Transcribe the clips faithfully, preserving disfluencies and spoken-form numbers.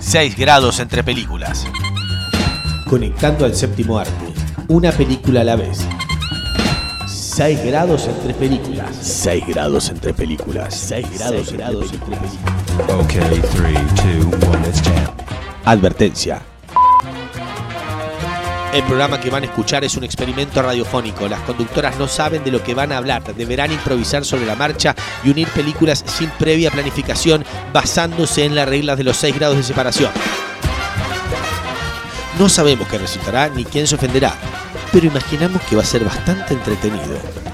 seis grados entre películas. Conectando al séptimo arte, una película a la vez. seis grados entre películas. seis grados entre películas. seis grados, grados entre películas. Ok, tres, dos, uno, let's jam. Advertencia. El programa que van a escuchar es un experimento radiofónico. Las conductoras no saben de lo que van a hablar. Deberán improvisar sobre la marcha y unir películas sin previa planificación, basándose en las reglas de los seis grados de separación. No sabemos qué resultará ni quién se ofenderá, pero imaginamos que va a ser bastante entretenido.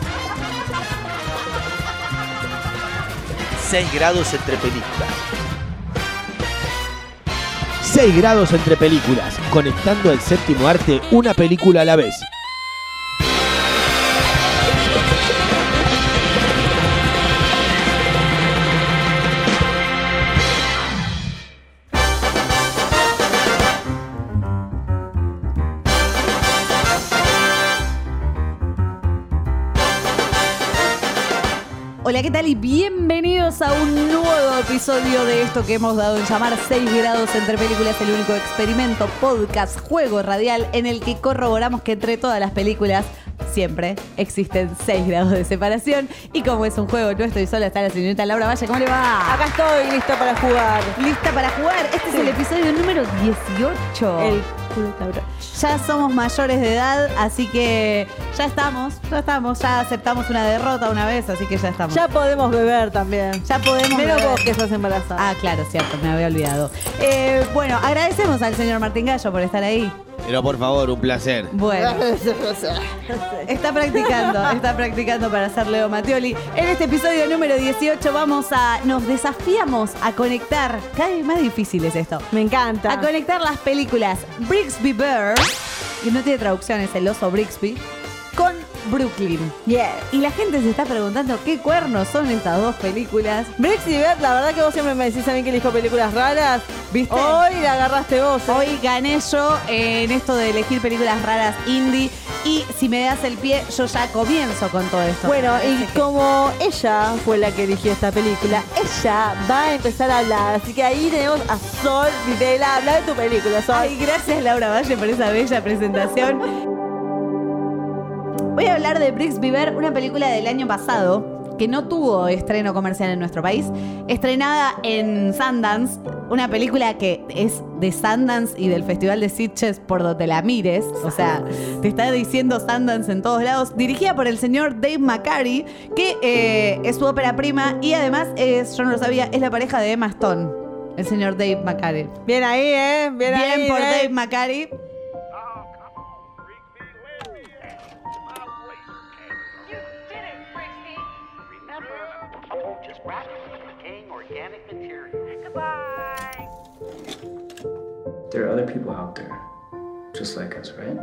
seis grados entre películas. seis grados entre películas, conectando al séptimo arte, una película a la vez. Hola, ¿qué tal? Y bienvenidos a un nuevo episodio de esto que hemos dado en llamar seis grados entre películas, el único experimento, podcast, juego radial en el que corroboramos que entre todas las películas siempre existen seis grados de separación. Y como es un juego, no estoy sola, está la señorita Laura Valle. ¿Cómo le va? Acá estoy, lista para jugar. ¿Lista para jugar? Este sí. Es el episodio número dieciocho. El culo cabrón. Ya somos mayores de edad, así que ya estamos, ya estamos, ya aceptamos una derrota una vez, así que ya estamos. Ya podemos beber también. Ya podemos Menos beber. vos que estás embarazada. Ah, claro, cierto, me había olvidado. Eh, bueno, agradecemos al señor Martín Gallo por estar ahí. Pero por favor, un placer. Bueno, está practicando, está practicando para ser Leo Mattioli. En este episodio número dieciocho vamos a, nos desafiamos a conectar, cada vez más difícil es esto, Me encanta. a conectar las películas Brigsby Bear, que no tiene traducción, es el oso Brigsby, con Brooklyn. Yes. Y la gente se está preguntando qué cuernos son estas dos películas. Brigsby Bear, la verdad que vos siempre me decís a mí que elijo películas raras. ¿Viste? Hoy la agarraste vos. ¿eh? Hoy gané yo en esto de elegir películas raras indie. Y si me das el pie, yo ya comienzo con todo esto. Bueno, y como ella fue la que eligió esta película, ella va a empezar a hablar. Así que ahí tenemos a Sol Videla. Habla de tu película, Sol. Ay, gracias Laura Valle por esa bella presentación. Voy a hablar de Brigsby Bear, una película del año pasado que no tuvo estreno comercial en nuestro país, estrenada en Sundance, una película que es de Sundance y del Festival de Sitges por donde la mires, o sea, te está diciendo Sundance en todos lados, dirigida por el señor Dave McCarthy, que eh, es su ópera prima y además, es, yo no lo sabía, es la pareja de Emma Stone, el señor Dave McCarthy. Bien ahí, ¿eh? Bien, Bien ahí, por ¿eh? Dave McCarthy. There are other people out there, just like us, right?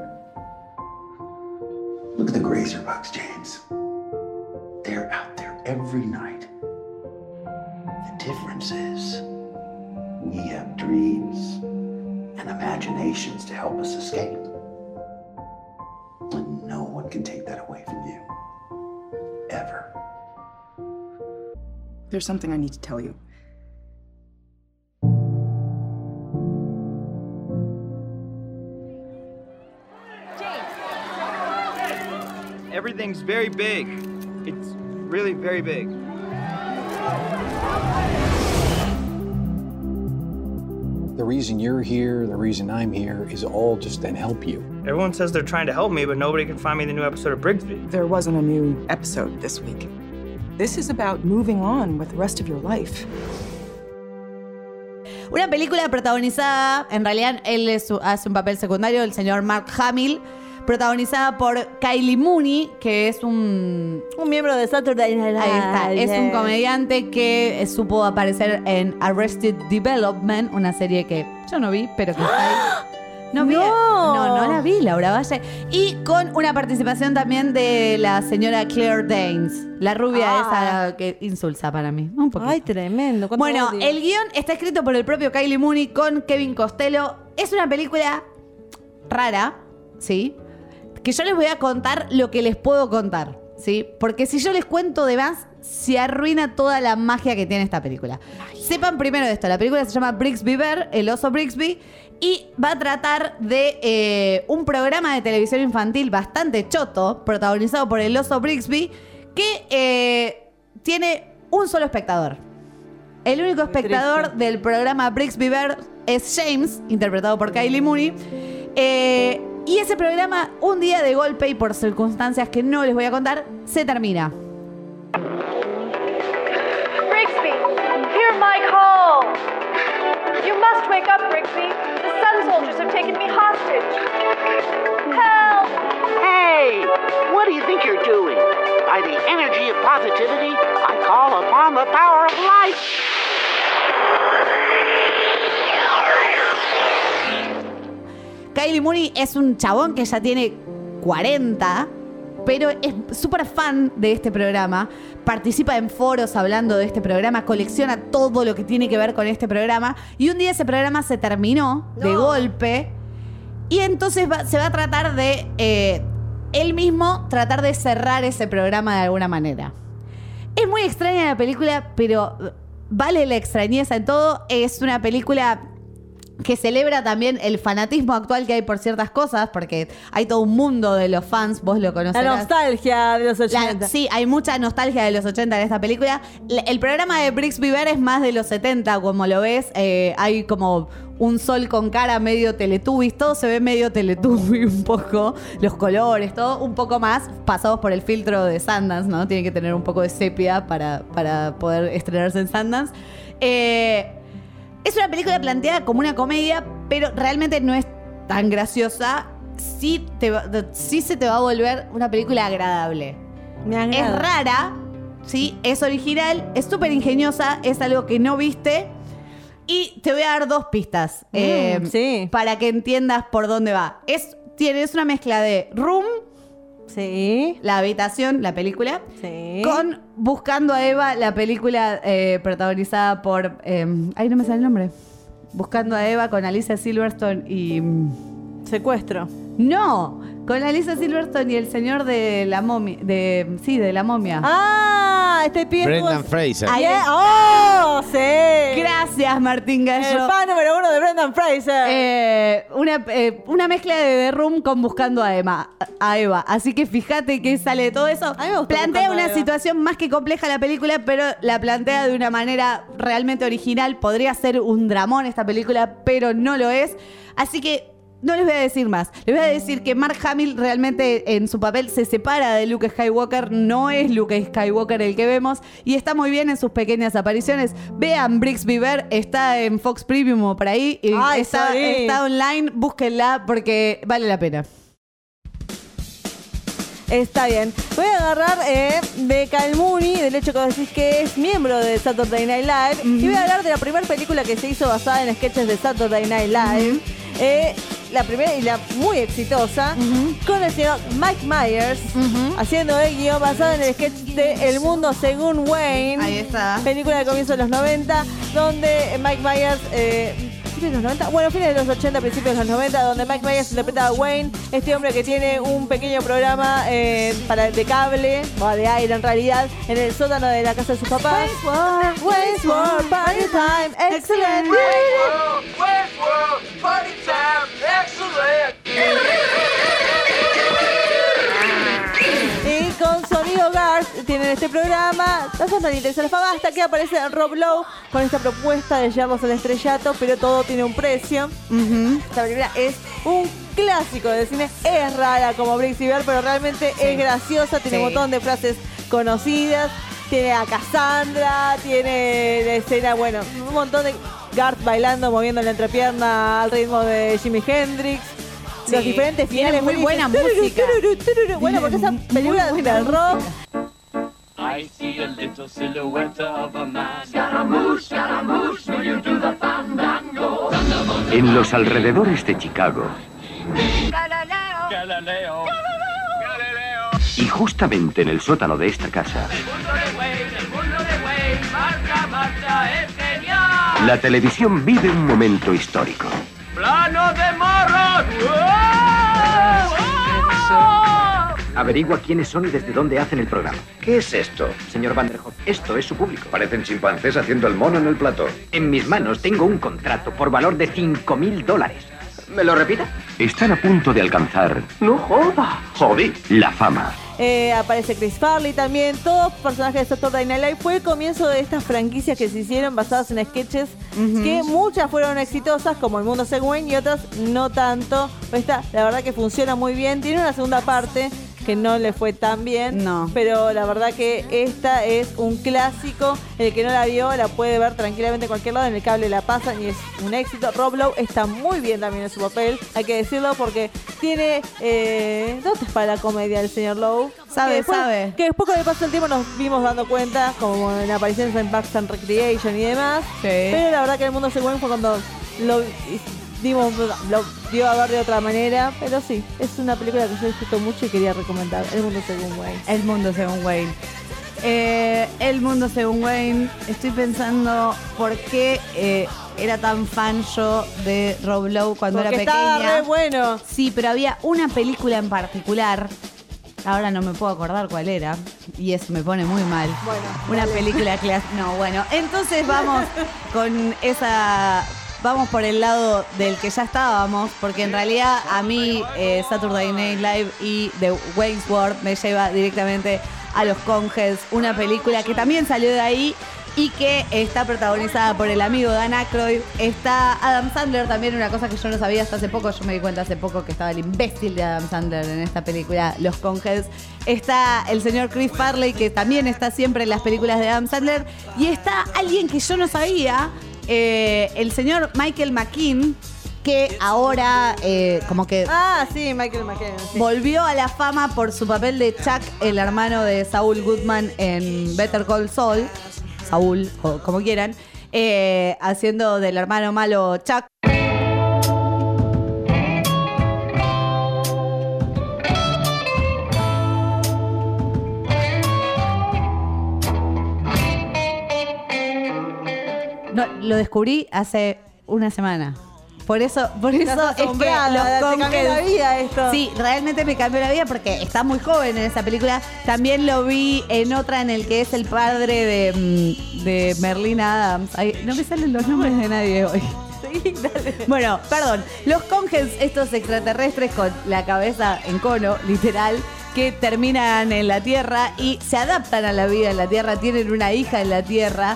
Look at the Grazerbucks, James. They're out there every night. The difference is, we have dreams and imaginations to help us escape. And no one can take that away from you. Ever. There's something I need to tell you. Everything's very big. It's really very big. The reason you're here, the reason I'm here, is all just to help you. Everyone says they're trying to help me, but nobody can find me the new episode of Brigsby. There wasn't a new episode this week. This is about moving on with the rest of your life. Una película protagonizada, en realidad él es, hace un papel secundario, el señor Mark Hamill, protagonizada por Kylie Mooney, que es un... Un miembro de Saturday Night Live. Ahí está, es un comediante que supo aparecer en Arrested Development, una serie que yo no vi, pero que está ahí. No, vi, No. no, no la vi, Laura Valle. Y con una participación también de la señora Claire Danes, la rubia Ah. esa que insulsa para mí. Un poquito. Ay, tremendo. ¿Cuánto Bueno, odio? el guión está escrito por el propio Kylie Mooney con Kevin Costello. Es una película rara, ¿sí? Que yo les voy a contar lo que les puedo contar, ¿sí? Porque si yo les cuento de más, se arruina toda la magia que tiene esta película. Sepan primero esto, la película se llama Brigsby Bear, el oso Brigsby, y va a tratar de eh, un programa de televisión infantil bastante choto, protagonizado por el oso Brigsby, que eh, tiene un solo espectador. El único espectador triste. del programa Brigsby Bear es James, interpretado por Kylie Mooney. Eh, y ese programa, un día de golpe y por circunstancias que no les voy a contar, se termina. Brigsby, hear my call. You must wake up, Brigsby. The Sun Soldiers have taken me hostage. Help! Hey, what do you think you're doing? By the energy of positivity, I call upon the power of light. Kylie Mooney es un chabón que ya tiene cuarenta, pero es súper fan de este programa. Participa en foros hablando de este programa, colecciona todo lo que tiene que ver con este programa. Y un día ese programa se terminó no. de golpe. Y entonces va, se va a tratar de eh, él mismo tratar de cerrar ese programa de alguna manera. Es muy extraña la película, pero vale la extrañeza en todo. Es una película que celebra también el fanatismo actual que hay por ciertas cosas, porque hay todo un mundo de los fans, vos lo conocés. La nostalgia de los ochenta. La, sí, hay mucha nostalgia de los ochenta en esta película. El programa de Brigsby Bear es más de los setenta, como lo ves. Eh, hay como un sol con cara medio Teletubbies, todo se ve medio Teletubby un poco, los colores, todo un poco más pasados por el filtro de Sundance, ¿no? Tiene que tener un poco de sepia para, para poder estrenarse en Sundance. Eh... Es una película planteada como una comedia, pero realmente no es tan graciosa. Sí, te va, sí se te va a volver una película agradable. Me agrada. Es rara, sí, es original, es súper ingeniosa, es algo que no viste. Y te voy a dar dos pistas mm, eh, sí. para que entiendas por dónde va. Es, tiene, es una mezcla de Room, sí, La Habitación, la película, sí, con Buscando a Eva, la película eh, protagonizada por... Eh, ay, no me sale el nombre. Buscando a Eva con Alicia Silverstone y... Secuestro. No, con Alicia Silverstone y el señor de la momia. De, sí, de la momia. Ah, este pibe. Brendan Fraser. Ahí es. ¡Oh, sí! Gracias, Martín Gallo. El fan número uno de Brendan Fraser. Eh, una, eh, una mezcla de The Room con Buscando a Eva, a Eva. Así que fíjate que sale de todo eso. Plantea una situación más que compleja la película, pero la plantea de una manera realmente original. Podría ser un dramón esta película, pero no lo es. Así que no les voy a decir más. Les voy a decir que Mark Hamill realmente en su papel se separa de Luke Skywalker. No es Luke Skywalker el que vemos. Y está muy bien en sus pequeñas apariciones. Vean Brigsby Bear. Está en Fox Premium o por ahí. Y Ay, está, está online. Búsquenla porque vale la pena. Está bien. Voy a agarrar eh, de Kylie Mooney, del hecho que vos decís que es miembro de Saturday Night Live. Uh-huh. Y voy a hablar de la primera película que se hizo basada en sketches de Saturday Night Live. Uh-huh. Eh, la primera y la muy exitosa, uh-huh, con el señor Mike Myers, uh-huh, haciendo el guión basado en el sketch de El Mundo Según Wayne. Ahí está. Película de comienzo de los noventa, donde Mike Myers... Eh, ¿fines de los noventa? Bueno, fines de los ochenta, principios de los noventa, donde Mike Myers interpreta a Wayne, este hombre que tiene un pequeño programa eh, para, de cable, o de aire en realidad, en el sótano de la casa de sus papás. Wayne's World, Party Time, Excellent. Wayne's World, Party Time, Excellent. Y con sonido Garth tienen este programa, tanto le interesa la fama, hasta que aparece Rob Lowe con esta propuesta de llevarlos al estrellato, pero todo tiene un precio. Uh-huh. Esta película es un clásico del cine, es rara como Brigsby Bear, pero realmente sí, es graciosa, tiene sí, un montón de frases conocidas, tiene a Cassandra, tiene la escena, bueno, un montón de Garth bailando, moviendo la entrepierna al ritmo de Jimi Hendrix. Sí, los diferentes finales, muy buena música. Tururu, tururu. Bueno, porque esa película del rock. I see a little silhouette of a man. Scaramouche, Scaramouche, will you do the fandango? En los alrededores de Chicago. Galileo, Galileo, Galileo. Y justamente en el sótano de esta casa. El mundo de Wayne, el mundo de Wayne, marcha, marcha, es genial. La televisión vive un momento histórico. ¡Plano de morros! ¡Oh! ¡Oh! Averigua quiénes son y desde dónde hacen el programa. ¿Qué es esto? Señor Vanderhoff, esto es su público. Parecen chimpancés haciendo el mono en el plató. En mis manos tengo un contrato por valor de cinco mil dólares. ¿Me lo repita? Están a punto de alcanzar... No joda. Jodí. La fama. Eh, aparece Chris Farley también, todos personajes de Saturday Night Live. Fue el comienzo de estas franquicias que se hicieron basadas en sketches, uh-huh. que muchas fueron exitosas, como El Mundo Según Wayne, y otras no tanto. Esta, la verdad que funciona muy bien. Tiene una segunda parte que no le fue tan bien, no. pero la verdad que esta es un clásico. El que no la vio la puede ver tranquilamente en cualquier lado, en el cable la pasan y es un éxito. Rob Lowe está muy bien también en su papel, hay que decirlo, porque tiene eh, dotes para la comedia el señor Lowe. Sabe, que después, sabe. Que después con el paso del tiempo nos vimos dando cuenta, como en apariciones en Parks and Recreation y demás. Sí. Pero la verdad que El Mundo Según fue cuando lo dimos, lo dio a ver de otra manera. Pero sí, es una película que yo disfruto mucho y quería recomendar. El Mundo Según Wayne. El Mundo Según Wayne. Eh, El Mundo Según Wayne. Estoy pensando por qué eh, era tan fan yo de Rob Lowe cuando Porque era pequeña. estaba re bueno. Sí, pero había una película en particular. Ahora no me puedo acordar cuál era. Y eso me pone muy mal. Bueno, una dale. película clásica. No, bueno. Entonces vamos con esa... Vamos por el lado del que ya estábamos, porque en realidad a mí eh, Saturday Night Live y The Wayne's World me lleva directamente a Los Coneheads, una película que también salió de ahí y que está protagonizada por el amigo Dan Aykroyd. Está Adam Sandler también, una cosa que yo no sabía hasta hace poco. Yo me di cuenta hace poco que estaba el imbécil de Adam Sandler en esta película, Los Coneheads. Está el señor Chris Farley, que también está siempre en las películas de Adam Sandler. Y está alguien que yo no sabía, eh, el señor Michael McKean, que ahora eh, como que Ah, sí, Michael McKean. Sí. volvió a la fama por su papel de Chuck, el hermano de Saul Goodman en Better Call Saul. Saúl, o como quieran, eh, haciendo del hermano malo Chuck. No, lo descubrí hace una semana. Por eso, por eso Estás es que asombrada, Los te cambió la vida esto. Sí, realmente me cambió la vida porque está muy joven en esa película. También lo vi en otra en el que es el padre de, mm, de Merlina Adams. Ay, no me salen los nombres de nadie hoy. Sí, dale. Bueno, perdón. Los Coneheads, estos extraterrestres con la cabeza en cono, literal, que terminan en la Tierra y se adaptan a la vida en la Tierra. Tienen una hija en la Tierra.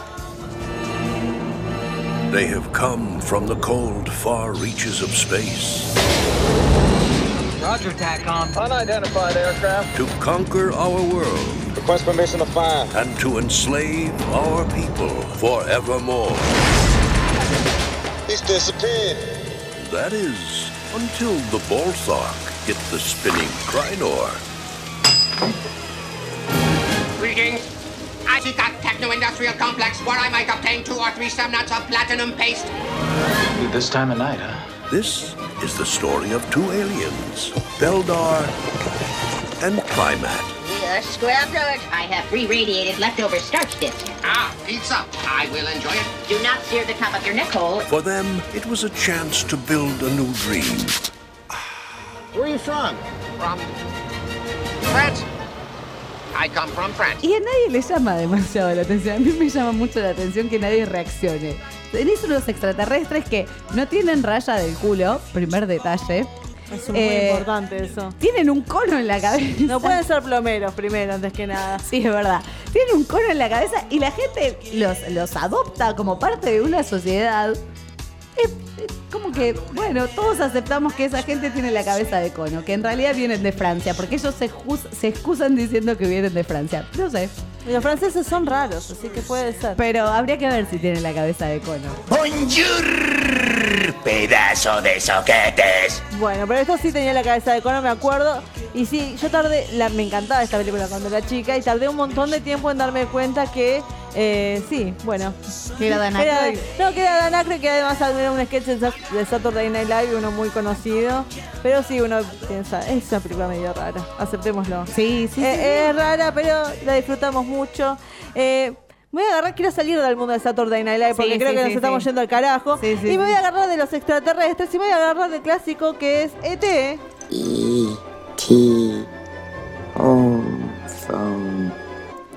They have come from the cold, far reaches of space. Roger, TACOM. Unidentified aircraft. To conquer our world. Request permission to fire. And to enslave our people forevermore. He's disappeared. That is, until the Balthark hit the spinning Krynor. Greetings. I seek a techno-industrial complex where I might obtain two or three semnuts of platinum paste. This time of night, huh? This is the story of two aliens, Beldar and Primat. Here, square good. I have re-radiated leftover starch discs. Ah, pizza. I will enjoy it. Do not sear the top of your neck hole. For them, it was a chance to build a new dream. Where are you from? From France. I come from France. Y a nadie le llama demasiado la atención. A mí me llama mucho la atención que nadie reaccione. Tenés unos extraterrestres que no tienen raya del culo, primer detalle. Es muy Eh, importante eso. Tienen un cono en la cabeza. No pueden ser plomeros primero, antes que nada. Sí, es verdad. Tienen un cono en la cabeza y la gente los, los adopta como parte de una sociedad. Es, es como que, bueno, todos aceptamos que esa gente tiene la cabeza de cono, que en realidad vienen de Francia, porque ellos se, jus- se excusan diciendo que vienen de Francia. No sé. Y los franceses son raros, así que puede ser. Pero habría que ver si tienen la cabeza de cono. ¡Bonjour! ¡Pedazo de soquetes! Bueno, pero esto sí tenía la cabeza de cono, me acuerdo. Y sí, yo tardé, la, me encantaba esta película cuando era chica y tardé un montón de tiempo en darme cuenta que, eh, sí, bueno. Que era Dan Aykroyd. No, que era Dan Aykroyd, que además era un sketch de Saturday Night Live, uno muy conocido. Pero sí, uno piensa, es una película medio rara, aceptémoslo. Sí, sí, Eh, sí. Es rara, pero la disfrutamos mucho. Eh, me voy a agarrar, quiero salir del mundo de Saturday Night Live porque Sí, creo sí, que nos sí, estamos sí. yendo al carajo. Sí, sí, y me voy sí. a agarrar de los extraterrestres y me voy a agarrar del clásico que es E T E T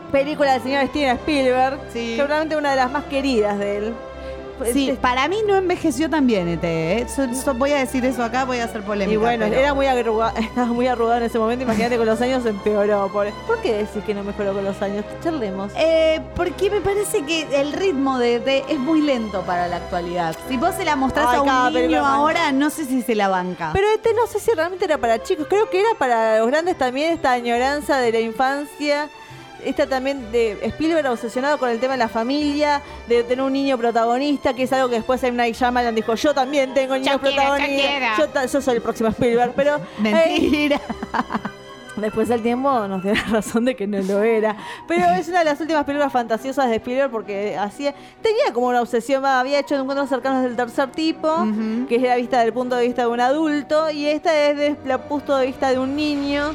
película del señor Steven Spielberg, Sí. seguramente una de las más queridas de él. Sí, Este- para mí no envejeció tan bien, E T. ¿eh? So- so- voy a decir eso acá, voy a hacer polémica. Y bueno, pero- era muy arrugado, estaba muy arrugado en ese momento. Imagínate, con los años empeoró. Pobre. ¿Por qué decís que no mejoró con los años? Charlemos. Eh, porque me parece que el ritmo de E T es muy lento para la actualidad. Si vos se la mostrás Ay, a un cada niño película más. ahora, no sé si se la banca. Pero este no sé si realmente era para chicos. Creo que era para los grandes también, esta añoranza de la infancia. Esta también de Spielberg obsesionado con el tema de la familia, de tener un niño protagonista, que es algo que después M. Night Shyamalan dijo, yo también tengo niños Yo quiero, yo protagonistas. quiero. Yo, ta- yo soy el próximo Spielberg, pero... Mentira. eh, después del tiempo nos dio la razón de que no lo era. Pero es una de las últimas películas fantasiosas de Spielberg porque hacía tenía como una obsesión, va, había hecho Encuentros cercanos del tercer tipo, que es la vista desde el punto de vista de un adulto, y esta es desde el punto de vista de un niño.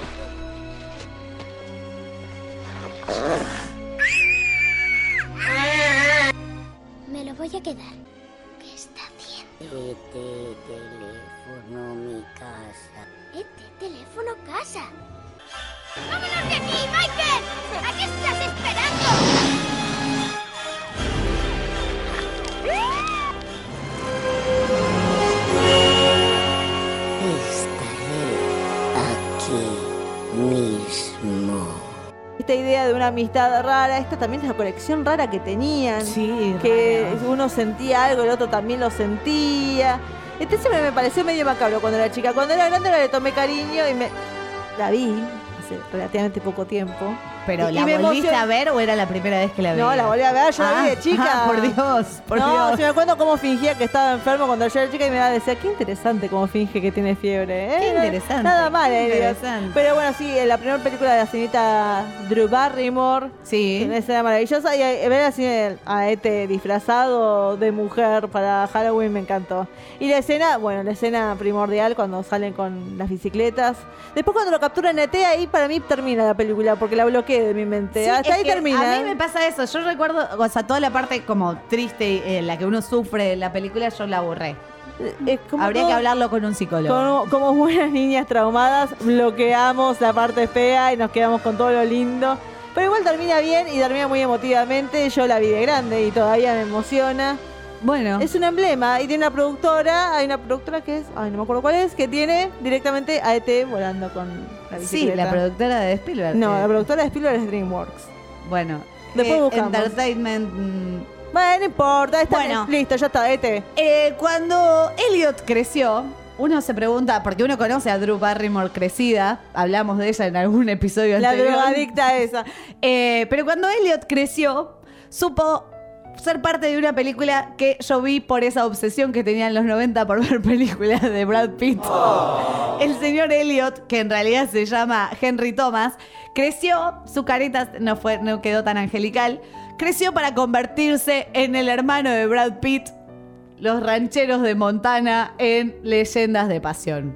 Me lo voy a quedar. ¿Qué está haciendo? Este teléfono, mi casa. Este teléfono, casa. ¡Vámonos de aquí, Michael! ¿A qué estás esperando? Estaré aquí mismo. Esta idea de una amistad rara, esta también es la conexión rara que tenían. Sí, que rara. uno sentía algo, el otro también lo sentía. Este siempre me pareció medio macabro cuando era chica. Cuando era grande ahora le tomé cariño y me la vi hace relativamente poco tiempo. ¿Pero Y- la y me volviste emocion- a ver o era la primera vez que la vi? No, la volví a ver, yo la vi de chica. Ah, por Dios, por no, Dios. si me acuerdo cómo fingía que estaba enfermo cuando yo era chica y me decía, qué interesante cómo finge que tiene fiebre. ¿eh? Qué interesante, Nada mal, qué eh, Dios. interesante. Pero bueno, sí, en la primera película de la señorita Drew Barrymore. Sí. Una escena maravillosa. Y eh, ver así a este disfrazado de mujer para Halloween me encantó. Y la escena, bueno, la escena primordial cuando salen con las bicicletas. Después cuando lo capturan E T, ahí para mí termina la película porque la bloqueé de mi mente. Sí, Hasta es ahí que termina. A mí me pasa eso. Yo recuerdo, o sea, toda la parte como triste en la que uno sufre de la película, yo la borré. Es como Habría todo- que hablarlo con un psicólogo. Como, como buenas niñas traumadas, bloqueamos la parte fea y nos quedamos con todo lo lindo. Pero igual termina bien y termina muy emotivamente. Yo la vi de grande y todavía me emociona. Bueno. Es un emblema y tiene una productora, hay una productora que es, ay no me acuerdo cuál es, que tiene directamente a E T volando con la Sí, bicicleta. la productora de Spielberg. No, Eh, la productora de Spielberg es DreamWorks. Bueno. Después eh, buscamos. Entertainment. mm, Bueno, no importa, está Bueno. listo, ya está, E T. Eh, cuando Elliot creció, uno se pregunta, porque uno conoce a Drew Barrymore crecida, hablamos de ella en algún episodio La anterior. drogadicta esa. Eh, pero cuando Elliot creció, supo ser parte de una película que yo vi por esa obsesión que tenía en los noventa por ver películas de Brad Pitt. El señor Elliot, que en realidad se llama Henry Thomas, creció, su carita no, fue, no quedó tan angelical, creció para convertirse en el hermano de Brad Pitt, los rancheros de Montana, en Leyendas de Pasión.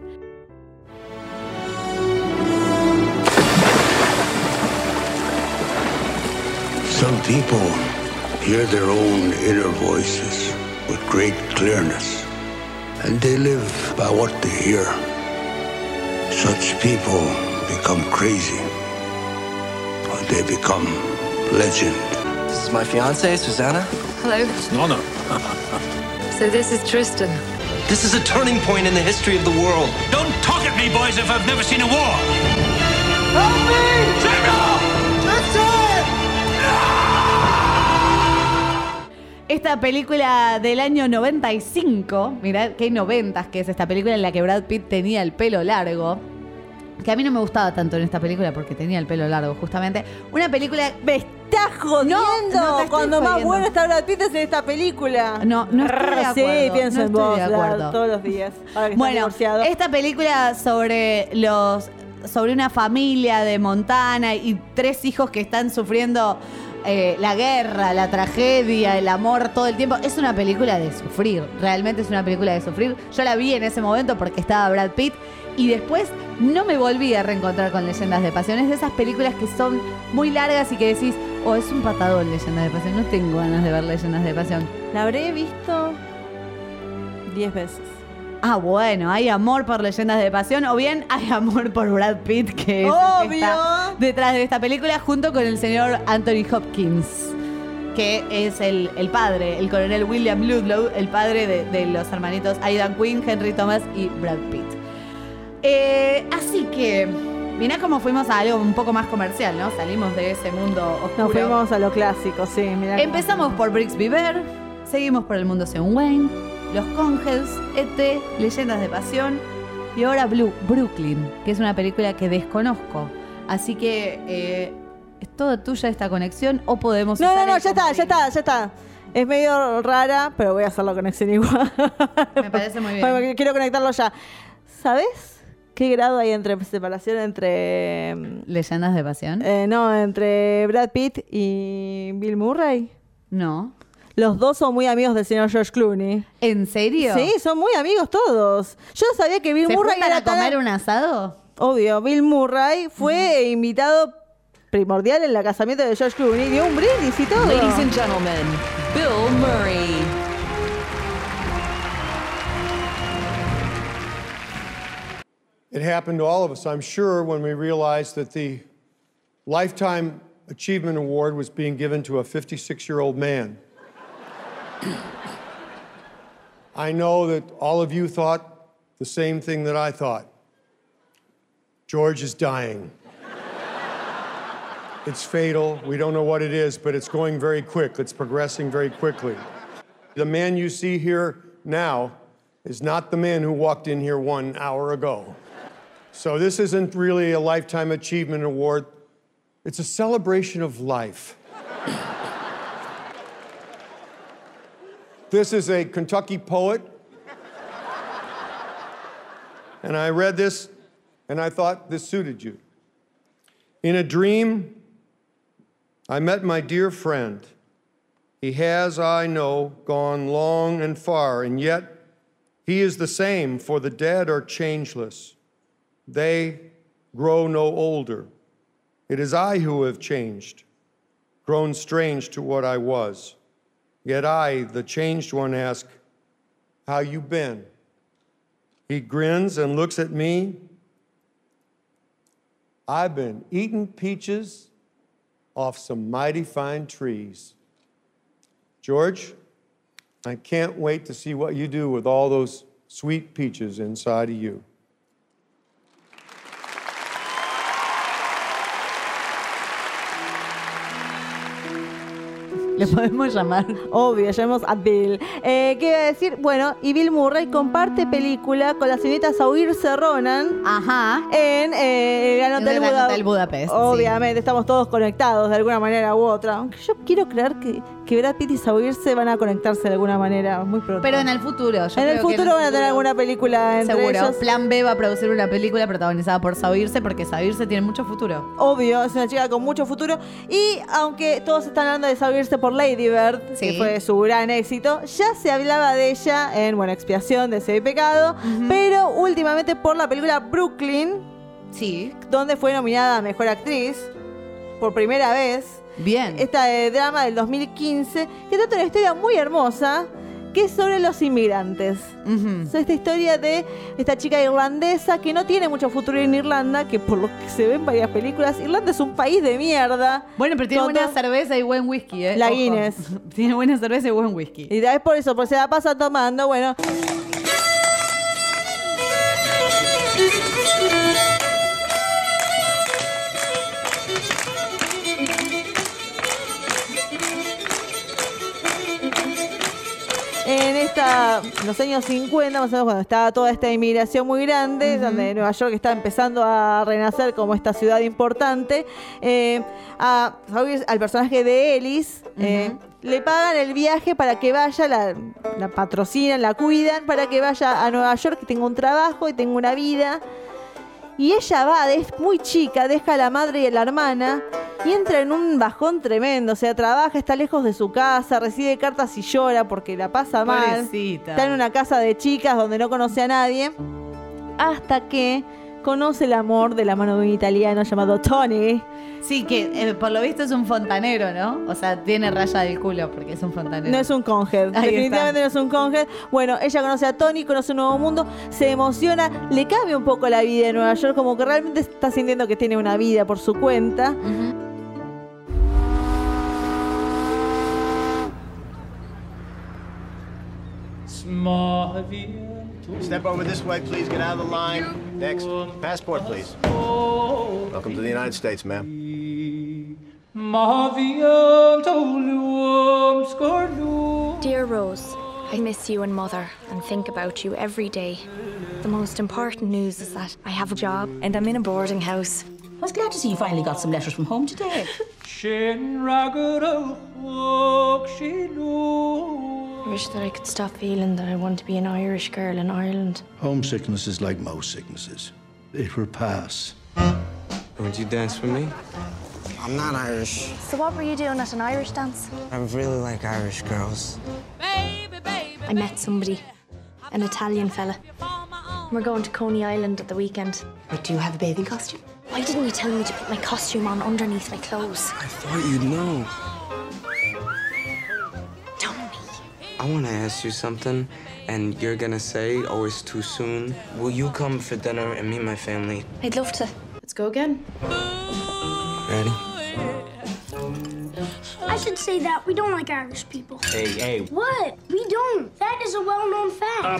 Some people hear their own inner voices with great clearness, and they live by what they hear. Such people become crazy, or they become legend. This is my fiancée, Susanna. Hello. No, no. So this is Tristan. This is a turning point in the history of the world. Don't talk at me, boys, if I've never seen a war. Help me! Samuel! Esta película del año noventa y cinco, mirad qué noventas que es esta película en la que Brad Pitt tenía el pelo largo, que a mí no me gustaba tanto en esta película porque tenía el pelo largo, justamente. Una película... ¡Me estás jodiendo! No, no te estoy Cuando más jodiendo. bueno está Brad Pitt es en esta película. No, no estoy de acuerdo. Sí, pienso no en estoy vos de acuerdo. todos los días. Ahora que estás Bueno, divorciado. esta película sobre los sobre una familia de Montana y tres hijos que están sufriendo eh, la guerra, la tragedia, el amor todo el tiempo. Es una película de sufrir. Realmente es una película de sufrir. Yo la vi en ese momento porque estaba Brad Pitt y después no me volví a reencontrar con Leyendas de Pasión. Es de esas películas que son muy largas y que decís, oh, es un patadón Leyendas de Pasión. No tengo ganas de ver Leyendas de Pasión. La habré visto diez veces. Ah, bueno, hay amor por Leyendas de Pasión o bien hay amor por Brad Pitt, que es el que ¡Obvio! está detrás de esta película, junto con el señor Anthony Hopkins, que es el, el padre, el coronel William Ludlow, el padre de, de los hermanitos Aidan Quinn, Henry Thomas y Brad Pitt. Eh, así que, mirá cómo fuimos a algo un poco más comercial, ¿no? Salimos de ese mundo oscuro. Nos fuimos a lo clásico, sí. Mirá Empezamos por Brigsby Bear, seguimos por El Mundo Según Wayne, Los Congels, E T, Leyendas de Pasión y ahora Blue, Brooklyn, que es una película que desconozco. Así que, eh, ¿es toda tuya esta conexión o podemos No, usar no, no, el ya está, comodín? ya está, ya está. Es medio rara, pero voy a hacer la conexión igual. Me parece muy bien. Porque quiero conectarlo ya. ¿Sabes qué grado hay entre separación entre... ¿Leyendas de Pasión? Eh, no, entre Brad Pitt y Bill Murray? No. Los dos son muy amigos del señor George Clooney. ¿En serio? Sí, son muy amigos todos. Yo no sabía que Bill ¿Se Murray juntan era a comer tan... un asado? Obvio, Bill Murray fue uh-huh. invitado primordial en el casamiento de George Clooney. Dio un brindis y todo. Ladies and gentlemen, Bill Murray. It happened to all of us, I'm sure, when we realized that the Lifetime Achievement Award was being given to a fifty-six-year-old man. I know that all of you thought the same thing that I thought. George is dying. It's fatal. We don't know what it is, but it's going very quick. It's progressing very quickly. The man you see here now is not the man who walked in here one hour ago. So this isn't really a Lifetime Achievement Award. It's a celebration of life. This is a Kentucky poet. And I read this, and I thought this suited you. In a dream, I met my dear friend. He has, I know, gone long and far, and yet he is the same, for the dead are changeless. They grow no older. It is I who have changed, grown strange to what I was. Yet I, the changed one, ask, how you been? He grins and looks at me. I've been eating peaches off some mighty fine trees. George, I can't wait to see what you do with all those sweet peaches inside of you. ¿Le podemos llamar? Obvio, llamemos a Bill. Eh, ¿Qué iba a decir? Bueno, y Bill Murray comparte película con la señorita Saoirse Ronan. Ajá. En eh, el Gran Hotel, el Gran Buda- Hotel Budapest. Obviamente, sí. Estamos todos conectados de alguna manera u otra. Aunque yo quiero creer que, que Brad Pitt y Saoirse van a conectarse de alguna manera muy pronto. Pero en el futuro. Yo en el creo que futuro van a tener alguna película entre seguro. ellos. Plan B va a producir una película protagonizada por Saoirse porque Saoirse tiene mucho futuro. Obvio, es una chica con mucho futuro. Y aunque todos están hablando de Saoirse por Lady Bird, sí. que fue su gran éxito, ya se hablaba de ella en, bueno, Expiación de ese pecado, uh-huh. pero últimamente por la película Brooklyn, sí. donde fue nominada a Mejor Actriz por primera vez. Bien. Esta eh, drama del dos mil quince, que trata una historia muy hermosa, que es sobre los inmigrantes. Uh-huh. Es esta historia de esta chica irlandesa que no tiene mucho futuro en Irlanda, que por lo que se ve en varias películas, Irlanda es un país de mierda. Bueno, pero tiene Con buena dos... cerveza y buen whisky, ¿eh? La Ojo. Guinness. Tiene buena cerveza y buen whisky. Y es por eso, pues se la pasa tomando, bueno... En esta, en los años cincuenta, más o menos, cuando estaba toda esta inmigración muy grande, uh-huh. donde Nueva York está empezando a renacer como esta ciudad importante, eh, a, al personaje de Ellis, uh-huh. eh, le pagan el viaje para que vaya, la, la patrocinan, la cuidan, para que vaya a Nueva York, que tenga un trabajo y tenga una vida. Y ella va, es muy chica, deja a la madre y a la hermana y entra en un bajón tremendo. O sea, trabaja, está lejos de su casa, recibe cartas y llora porque la pasa mal. Pobrecita. Está en una casa de chicas donde no conoce a nadie. Hasta que conoce el amor de la mano de un italiano llamado Tony. Sí, que eh, por lo visto es un fontanero, ¿no? O sea, tiene raya del culo porque es un fontanero. No es un conhead. Ahí Definitivamente está. no es un conhead. Bueno, ella conoce a Tony, conoce un nuevo mundo, se emociona, le cambia un poco la vida en Nueva York, como que realmente está sintiendo que tiene una vida por su cuenta. Uh-huh. Step over this way, please. Get out of the line. Next. Passport, please. Welcome to the United States, ma'am. Dear Rose, I miss you and Mother and think about you every day. The most important news is that I have a job and I'm in a boarding house. I was glad to see you finally got some letters from home today. I wish that I could stop feeling that I want to be an Irish girl in Ireland. Homesickness is like most sicknesses. It will pass. Would you dance with me? I'm not Irish. So what were you doing at an Irish dance? I really like Irish girls. I met somebody, an Italian fella. We're going to Coney Island at the weekend. But do you have a bathing costume? Why didn't you tell me to put my costume on underneath my clothes? I thought you'd know. I want to ask you something, and you're gonna say, oh, it's too soon. Will you come for dinner and meet my family? I'd love to. Let's go again. Ready? I should say that we don't like Irish people. Hey, hey. What? We don't. That is a well-known fact.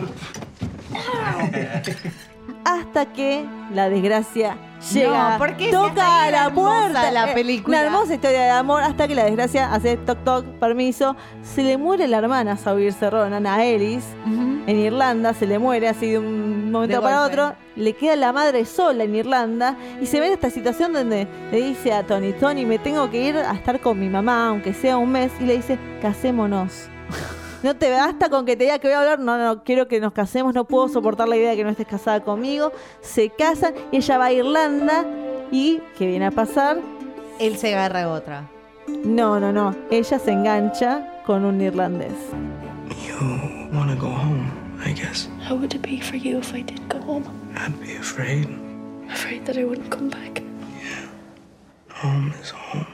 Hasta que la desgracia llega, No, ¿por qué? Si toca hasta ahí a la era hermosa puerta. la Eh, película. Una hermosa historia de amor hasta que la desgracia hace toc toc, permiso. Se le muere la hermana Saoirse Ronan a Ellis en Irlanda, se le muere así de un momento De para golpe. otro. Le queda la madre sola en Irlanda y se ve en esta situación donde le dice a Tony, Tony, me tengo que ir a estar con mi mamá, aunque sea un mes, y le dice, casémonos. No te basta con que te diga que voy a hablar, no, no, quiero que nos casemos, no puedo soportar la idea de que no estés casada conmigo. Se casan y ella va a Irlanda y, ¿qué viene a pasar? Él se agarra a otra. No, no, no, ella se engancha con un irlandés. You want to go home, I guess. How would it be for you if I did go home? I'd be afraid. Afraid that I wouldn't come back. Home is home.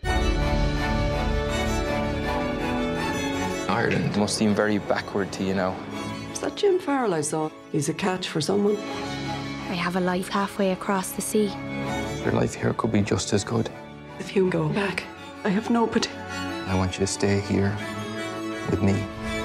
Ireland must seem very backward to you now. Is that Jim Farrell I saw? He's a catch for someone. I have a life halfway across the sea. Your life here could be just as good. If you go back, I have no particular. I want you to stay here with me.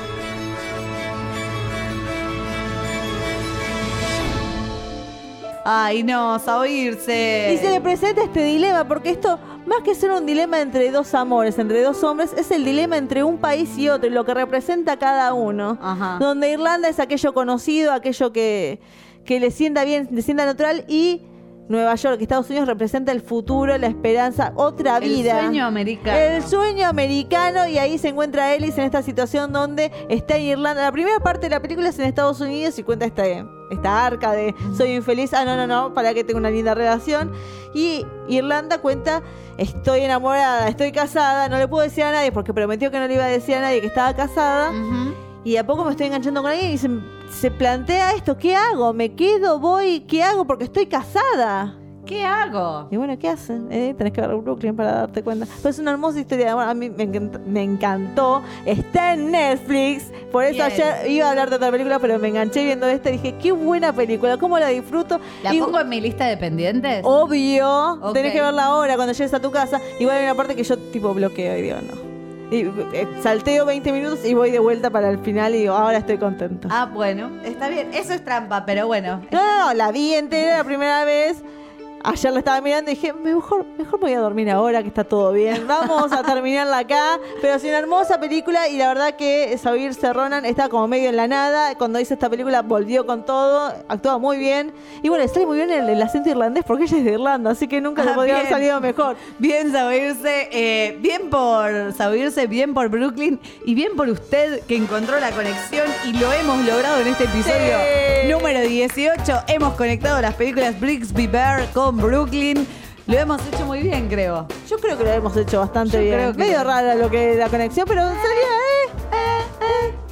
Ay, no, Saoirse. Y se le presenta este dilema, porque esto, más que ser un dilema entre dos amores, entre dos hombres, es el dilema entre un país y otro, y lo que representa cada uno. Ajá. Donde Irlanda es aquello conocido, aquello que, que le sienta bien, le sienta natural, y Nueva York, Estados Unidos, representa el futuro, la esperanza, otra vida. El sueño americano. El sueño americano, y ahí se encuentra Ellis en esta situación donde está en Irlanda. La primera parte de la película es en Estados Unidos y cuenta esta, esta arca de soy infeliz, ah, no, no, no, para que tenga una linda relación. Y Irlanda cuenta, estoy enamorada, estoy casada, no le puedo decir a nadie porque prometió que no le iba a decir a nadie que estaba casada. Uh-huh. Y a poco me estoy enganchando con alguien y se, se plantea esto, ¿qué hago? ¿Me quedo? ¿Voy? ¿Qué hago? Porque estoy casada. ¿Qué hago? Y bueno, ¿qué hacen? Eh, tenés que ver Brooklyn para darte cuenta. Pero es una hermosa historia de amor. A mí me, encant- me encantó. Está en Netflix. Por eso Bien. ayer iba a hablar de otra película, pero me enganché viendo esta y dije, qué buena película, cómo la disfruto. ¿La Y- pongo en mi lista de pendientes? Obvio. Ok. Tenés que verla ahora cuando llegues a tu casa. Igual hay una parte que yo tipo bloqueo y digo, no. Y eh, salteo veinte minutos y voy de vuelta para el final y digo, ahora estoy contenta. Ah, bueno, está bien. Eso es trampa, pero bueno. No, no, no, la vi entera la primera vez. Ayer la estaba mirando y dije, mejor, mejor me voy a dormir ahora que está todo bien. Vamos a terminarla acá. Pero es una hermosa película y la verdad que Saoirse Ronan estaba como medio en la nada. Cuando hizo esta película volvió con todo, actuaba muy bien. Y bueno, sale muy bien el, el acento irlandés porque ella es de Irlanda, así que nunca le Ah, podría haber bien. salido mejor. Bien Saoirse, eh, bien por Saoirse, bien por Brooklyn y bien por usted que encontró la conexión y lo hemos logrado en este episodio Sí. número dieciocho. Hemos conectado las películas Brigsby Bear con Brooklyn. Lo hemos hecho muy bien, creo. Yo creo que lo hemos hecho bastante Yo bien. creo que Medio sí. rara lo que la conexión, pero salía, eh, eh, eh. Puede to- ser.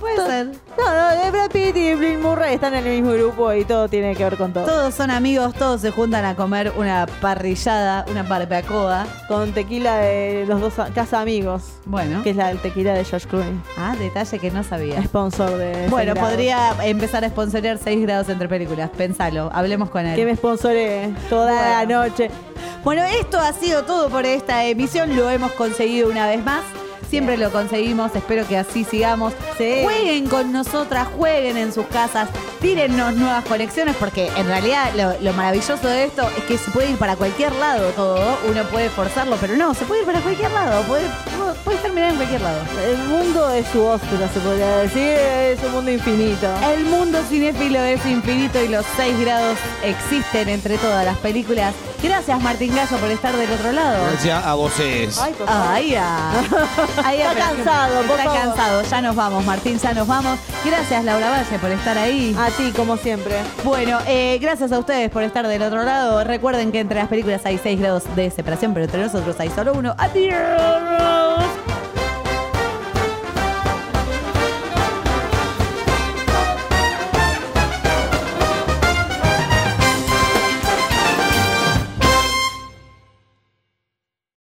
amistad. No, no, de Brad Pitt y Bill Murray están en el mismo grupo y todo tiene que ver con todo. Todos son amigos, todos se juntan a comer una parrillada, una barbacoa. Con tequila de los dos a- casa amigos. Bueno. Que es la del tequila de George Clooney. Ah, detalle que no sabía. Sponsor de... Bueno, seis grados. podría empezar a sponsorear seis grados entre películas. Pensalo, hablemos con él. Que me sponsoree toda Bueno. la noche. Bueno, esto ha sido todo por esta emisión. Lo hemos conseguido una vez más. Siempre lo conseguimos, espero que así sigamos. Sí. Jueguen con nosotras, jueguen en sus casas, tírennos nuevas conexiones, porque en realidad lo, lo maravilloso de esto es que se puede ir para cualquier lado todo. Uno puede forzarlo, pero no, se puede ir para cualquier lado, puede, puede terminar en cualquier lado. El mundo es su ópera, se podría decir, es un mundo infinito. El mundo cinéfilo es infinito y los seis grados existen entre todas las películas. Gracias, Martín Gallo, por estar del otro lado. Gracias a voces. Ay, por favor. Ay, ya. Ay, Está pero- cansado, por Está favor. cansado. Ya nos vamos, Martín, ya nos vamos. Gracias, Laura Valle, por estar ahí. A ti, como siempre. Bueno, eh, gracias a ustedes por estar del otro lado. Recuerden que entre las películas hay seis grados de separación, pero entre nosotros hay solo uno. ¡Adiós!